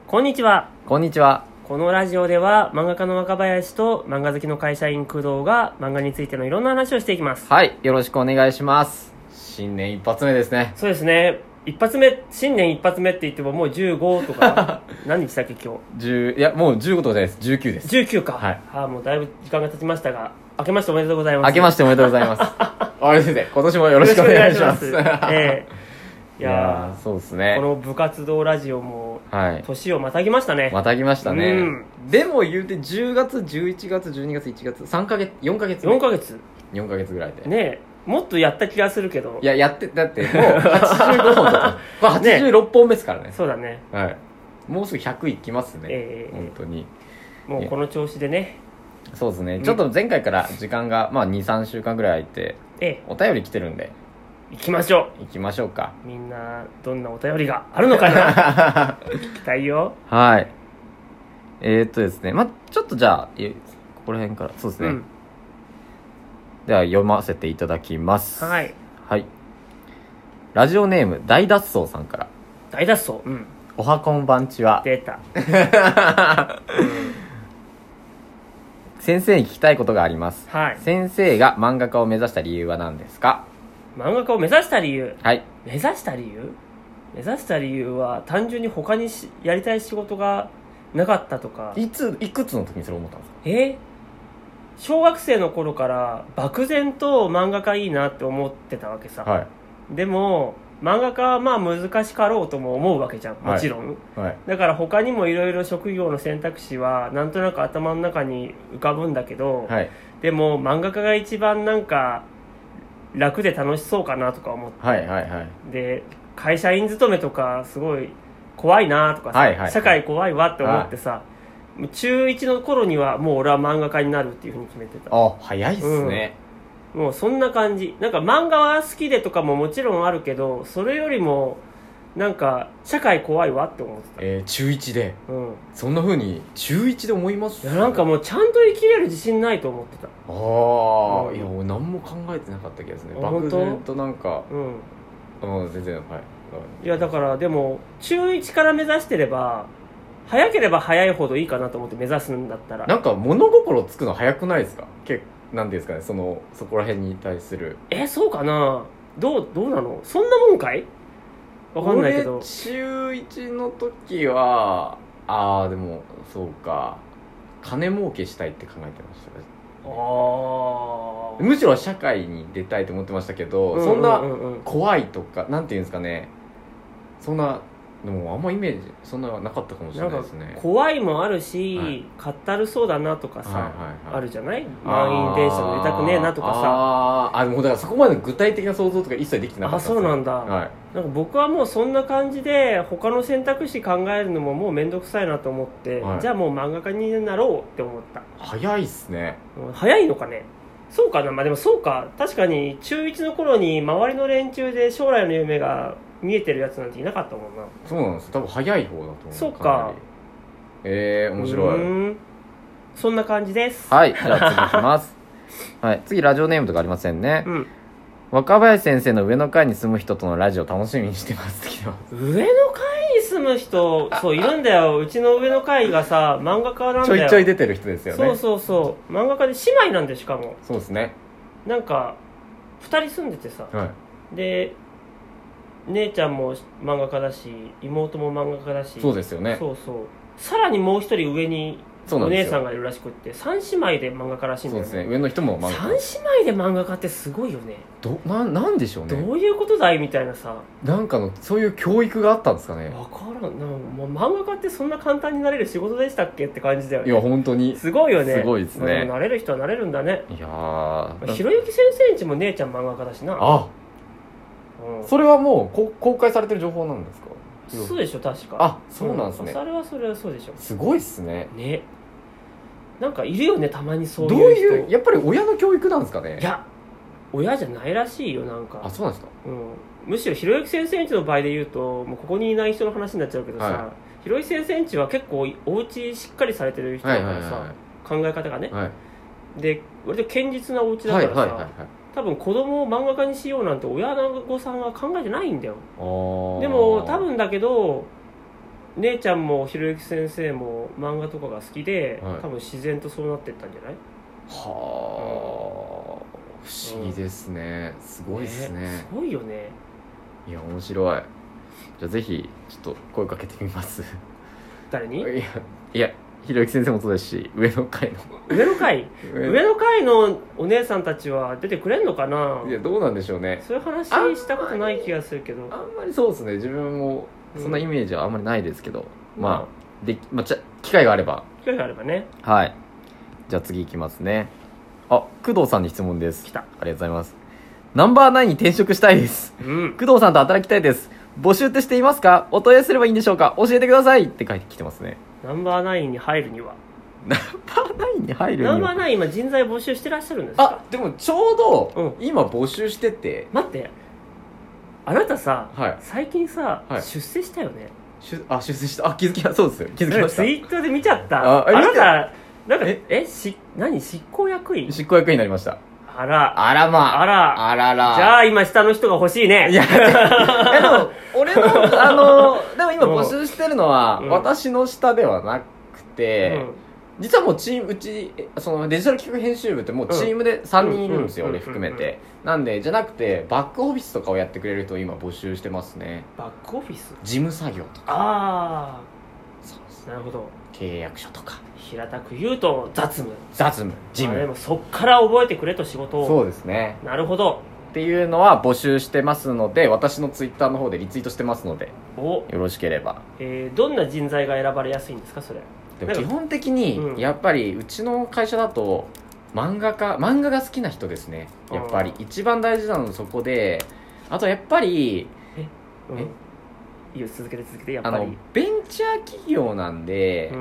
こんにちは。 こんにちは。 このラジオでは漫画家の若林と漫画好きの会社員工藤が漫画についてのいろんな話をしていきます。 はい、よろしくお願いします。新年一発目ですね。 そうですね。新年一発目って言ってももう15とか何日だっけ今日。 いやもう15とかじゃないです。19です。 19か。 はい。 もうだいぶ時間が経ちましたが、明けましておめでとうございます。 明けましておめでとうございます。あれ先生、今年もよろしくお願いします。いやそうですね。 この部活動ラジオもはい。 年をまたぎましたね。 またぎましたね。 うん。 でも言うて10月、11月、12月、1月、3ヶ月、4ヶ月。 4ヶ月。 4ヶ月ぐらいで。 ねえ。もっとやった気がするけど。 いや、だってもう85本とか。これ86本目ですからね。 そうだね。 はい。もうすぐ100いきますね。本当に。 もうこの調子でね。 そうですね。ちょっと前回から時間が、2、3週間ぐらい空いて、お便り来てるんで。 行きましょう。 行きましょうか。 みんな、どんなお便りがあるのかな聞きたいよ。 はい。ですね。ちょっとじゃあ、ここら辺から、そうですね。では、読ませていただきます。 はい。 はい。ラジオネーム、大脱走さんから。 大脱走。 おはこんばんちは。 出た。 先生に聞きたいことがあります。 はい。 先生が漫画家を目指した理由は何ですか？ 漫画家を目指した理由。 はい。 目指した理由は単純に他にやりたい仕事がなかったとか。 いくつの時にそれを思ったんですか？ 小学生の頃から漠然と漫画家いいなって思ってたわけさ。 はい。 でも漫画家は難しかろうとも思うわけじゃん、もちろん。 はい。 だから他にもいろいろ職業の選択肢はなんとなく頭の中に浮かぶんだけど、 はい。 でも漫画家が一番なんか楽で楽しそうかなとか思って、 はいはいはい。 で会社員勤めとかすごい怖いなとかさ、 はいはいはい、 社会怖いわって思ってさ、中1の頃にはもう俺は漫画家になるっていうふうに決めてた。 早いっすね、 もうそんな感じ。なんか漫画は好きでとかももちろんあるけど、それよりもなんか社会怖いわって思ってた。 中1で、そんな風に中1で思います？ いやなんかもうちゃんと生きれる自信ないと思ってた。 いや俺何も考えてなかった気がするね。漠然となんか全然。はい。 いやだからでも中1から目指してれば早ければ早いほどいいかなと思って、目指すんだったら。 なんか物心つくの早くないですか？なんていうんですかね、そこら辺に対する。 そうかな。どうなの？そんなもんかい？わかんないけど。 俺中1の時はでもそうか、金儲けしたいって考えてました。むしろ社会に出たいと思ってましたけど、そんな怖いとかなんていうんですかね、そんなでもあんまイメージそんななかったかもしれないですね。 怖いもあるし、かったるそうだなとかさ、あるじゃない？満員電車乗りたくねえなとかさ。 でもだからそこまで具体的な想像とか一切できてなかったです。 そうなんだ、なんか僕はもうそんな感じで他の選択肢考えるのももうめんどくさいなと思って、じゃあもう漫画家になろうって思った。 早いっすね。 早いのかね。そうかな。でもそうか、確かに中1の頃に周りの連中で将来の夢が見えてるやつなんていなかったもんな。 そうなんです。多分早い方だと思う。 そうか。 面白い。 そんな感じです。 はい、じゃあ次いきます。はい、次ラジオネームとかありませんね。若林先生の上の階に住む人とのラジオ楽しみにしてますって来てます。 上の階に住む人、そういるんだよ。うちの上の階がさ、漫画家なんだよ。 ちょいちょい出てる人ですよね。 そう漫画家で姉妹なんで、しかも。 そうですね。 なんか2人住んでてさ、で姉ちゃんも漫画家だし妹も漫画家だし。 そうですよね。 さらにもう一人上にお姉さんがいるらしくって、3姉妹で漫画家らしいんだよね。 そうですね、上の人も漫画家。 3姉妹で漫画家ってすごいよね。 なんでしょうね。 どういうことだいみたいなさ、 なんかそういう教育があったんですかね。 分からんな。もう漫画家ってそんな簡単になれる仕事でしたっけって感じだよね。 いや本当にすごいよね。 すごいですね。 なれる人はなれるんだね。 いやひろゆき先生んちも姉ちゃん漫画家だしな。 それはもう公開されてる情報なんですか？ そうでしょ確か。 そうなんですね。 それはそうでしょ。 すごいっすね。 なんかいるよね、たまにそういう人。 やっぱり親の教育なんですかね。 いや親じゃないらしいよ。なんかそうなんですか。 むしろひろゆき先生んちの場合で言うと、もうここにいない人の話になっちゃうけどさ、ひろゆき先生んちは結構お家しっかりされてる人だからさ、考え方がね、で割と堅実なお家だからさ、多分子供を漫画家にしようなんて親御さんは考えてないんだよ。でも多分だけど姉ちゃんもひろゆき先生も漫画とかが好きで、 はい、 多分自然とそうなってったんじゃない？ はあ、不思議ですね、すごいですね、 すごいよね。 いや面白い。じゃあぜひちょっと声かけてみます誰に？ いやひろゆき先生もそうですし、上の階の上の階のお姉さんたちは出てくれんのかな。 いやどうなんでしょうね。 そういう話したことない気がするけど、 あんまりそうですね、自分もそんなイメージはあんまりないですけど、まあ機会があればね。 はい。じゃあ次いきますね。あ、工藤さんに質問です。 来た。 ありがとうございます。ナンバーナインに転職したいです、工藤さんと働きたいです。募集ってしていますか？お問い合わせすればいいんでしょうか？教えてくださいって書いてきてますね。 ナンバーナインに入るにはナンバーナインに入るにはナンバーナイン今人材募集してらっしゃるんですか？ あ、でもちょうど今募集してて、 待って、あなたさ、 はい、最近さ、 はい、 出世したよね。 出世した。あ、そうですよ、気づきました。 ツイートで見ちゃった。あなたなんか何執行役員になりました。 あらまあらじゃあ今下の人が欲しいね。 いやでも俺のでも今募集してるのは私の下ではなくて、実はもうチーム、うちそのデジタル企画編集部ってもうチームで3人いるんですよ、俺含めて。なんでじゃなくてバックオフィスとかをやってくれる人を今募集してますね。 バックオフィス、 事務作業とか。 ああ、 そうです。 なるほど。 契約書とか、 平たく言うと雑務、事務。でもそっから覚えてくれと、仕事を。 そうですね。 なるほど。 っていうのは募集してますので、私のツイッターの方でリツイートしてますので、よろしければ。 どんな人材が選ばれやすいんですか、それ？ でも基本的にやっぱりうちの会社だと漫画が好きな人ですね。やっぱり一番大事なのはそこで、あとやっぱりいいよ、続けて。やっぱりベンチャー企業なんで、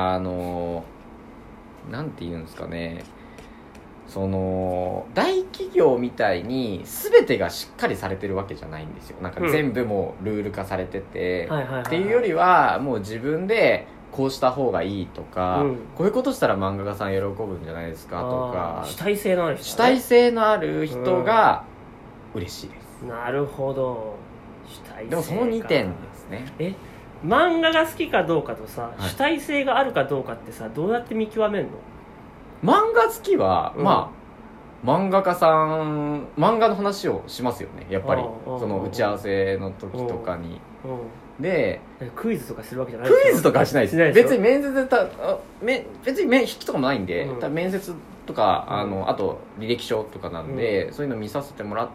なんて言うんですかね、その大企業みたいに全てがしっかりされてるわけじゃないんですよ。なんか全部もうルール化されてて、っていうよりはもう自分でこうした方がいいとか、こういうことしたら漫画家さん喜ぶんじゃないですかとか、主体性のある人が嬉しいです。 なるほど。主体性か。 でもその2点ですね。 漫画が好きかどうかとさ、主体性があるかどうかってさ、どうやって見極めるの？ 漫画好きは、まあ漫画家さん、漫画の話をしますよね、やっぱり。その打ち合わせの時とかに。でクイズとかするわけじゃない？ クイズとかはしないです。別に面接で別に筆記とかもないんで、面接とかあと履歴書とかなんで、そういうの見させてもらって、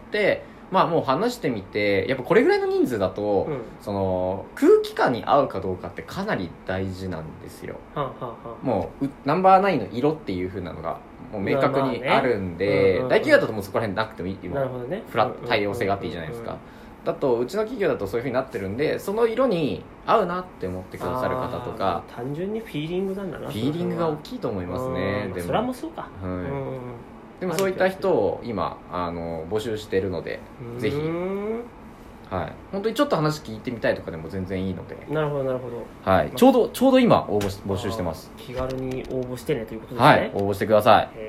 まあもう話してみて、やっぱこれぐらいの人数だと、その空気感に合うかどうかってかなり大事なんですよ。もうナンバーナインの色っていう風なのがもう明確にあるんで、大企業だともうそこら辺なくてもいい、フラット対応性があっていいじゃないですか。だとうちの企業だとそういう風になってるんで、その色に合うなって思ってくださる方とか、 単純にフィーリングなんだな。 フィーリングが大きいと思いますね。 でもそれもそうか。 でもそういった人を今募集してるので、ぜひ、はい、本当にちょっと話聞いてみたいとかでも全然いいので。 なるほど。 はい、ちょうど今募集してます。 気軽に応募してねということですね。 はい、応募してください。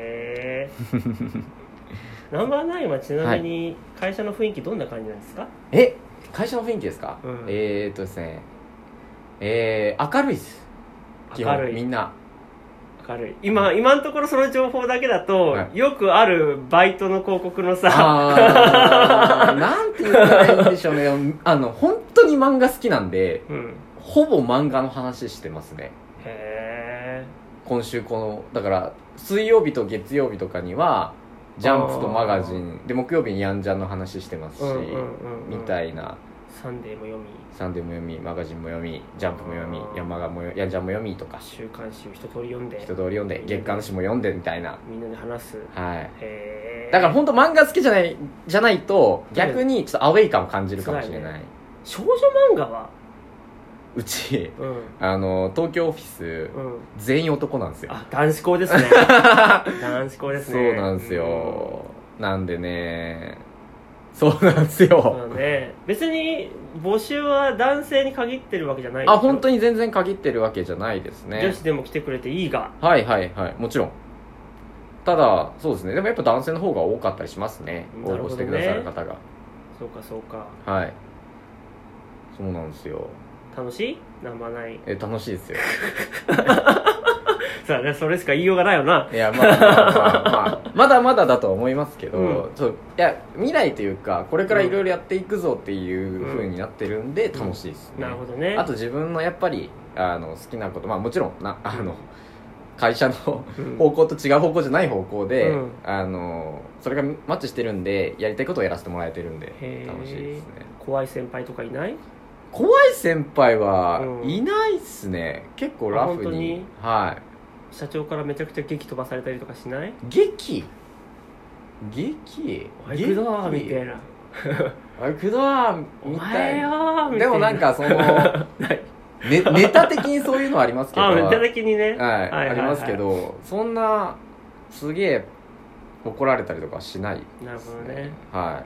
ナンバーナインはちなみに会社の雰囲気どんな感じなんですか？ 会社の雰囲気ですか？ですね、明るいです。基本みんな明るい。今のところその情報だけだと、よくあるバイトの広告のさ、 なんて言ったらいいんでしょうね。本当に漫画好きなんで、ほぼ漫画の話してますね。今週だから水曜日と月曜日とかにはジャンプとマガジンで、木曜日にヤンジャンの話してますし、みたいな。 サンデーも読み、 マガジンも読み、ジャンプも読み、ヤンジャンも読みとか、 週刊誌を一通り読んで、 月刊誌も読んでみたいな。 みんなで話す。 はい。だから本当漫画好きじゃないと逆にちょっとアウェイ感を感じるかもしれない。 少女漫画はうち、東京オフィス、全員男なんですよ。 男子校ですね。男子校ですね。 そうなんですよ。なんでね、そうなんですよ。 別に募集は男性に限ってるわけじゃない。 本当に全然限ってるわけじゃないですね。 女子でも来てくれていいが。 はい、もちろん。ただそうですね、でもやっぱ男性の方が多かったりしますね、応募してくださる方が。 そうか。 はい、そうなんですよ。 楽しい？ ナンバーナイン楽しいですよさあね、それしか言いようがないよな。 いや、まだまだだとは思いますけど、いや未来というかこれからいろいろやっていくぞっていう風になってるんで楽しいですね、 なるほどね。 あと自分のやっぱり好きなこと、もちろん会社の方向と違う方向じゃない方向で、それがマッチしてるんでやりたいことをやらせてもらえてるんで楽しいですね。 怖い先輩とかいない？ 怖い先輩はいないっすね、結構ラフに。はい。 社長からめちゃくちゃ劇飛ばされたりとかしない？ 劇おいくどーみたいなおいくどーみたいな。 でもなんかそのネタ的にそういうのはありますけどネタ的にね、 はい、ありますけど、そんなすげえ怒られたりとかしないですね。 なるほどね。 はい。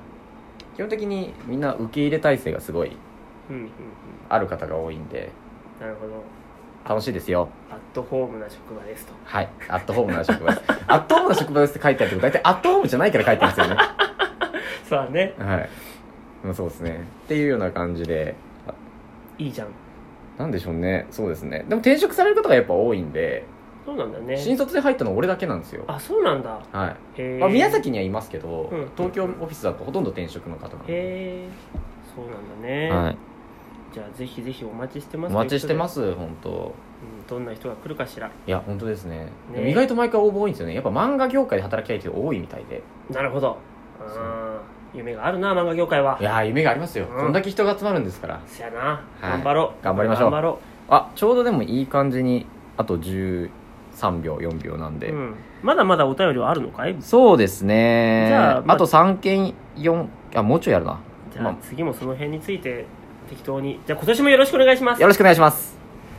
基本的にみんな受け入れ体制がすごいある方が多いんで、 なるほど、 楽しいですよ。 アットホームな職場ですと。 はい、アットホームな職場ですアットホームな職場ですって書いてあるけど、大体アットホームじゃないから書いてるんですよねさあね、 はい、そうですねっていうような感じで。 いいじゃん。 なんでしょうね。そうですね。でも転職される方がやっぱ多いんで。 そうなんだね。 新卒で入ったの俺だけなんですよ。 あ、そうなんだ。 はい。宮崎にはいますけど、東京オフィスだとほとんど転職の方なんで。 へえ、そうなんだね。はい。じゃあぜひぜひお待ちしてます。 お待ちしてます本当。 どんな人が来るかしら。いや本当ですね。意外と毎回応募多いんですよね。やっぱ漫画業界で働きたい人多いみたいで。 なるほど。夢があるな、漫画業界は。 いや夢がありますよ、こんだけ人が集まるんですから。 そやな、頑張ろう。 頑張りましょう。ちょうどでもいい感じにあと13秒4秒なんで、 まだまだお便りはあるのかい？ そうですね。じゃあと3件4もうちょいやるな。 じゃあ次もその辺について適当に。じゃあ今年もよろしくお願いします。 よろしくお願いします。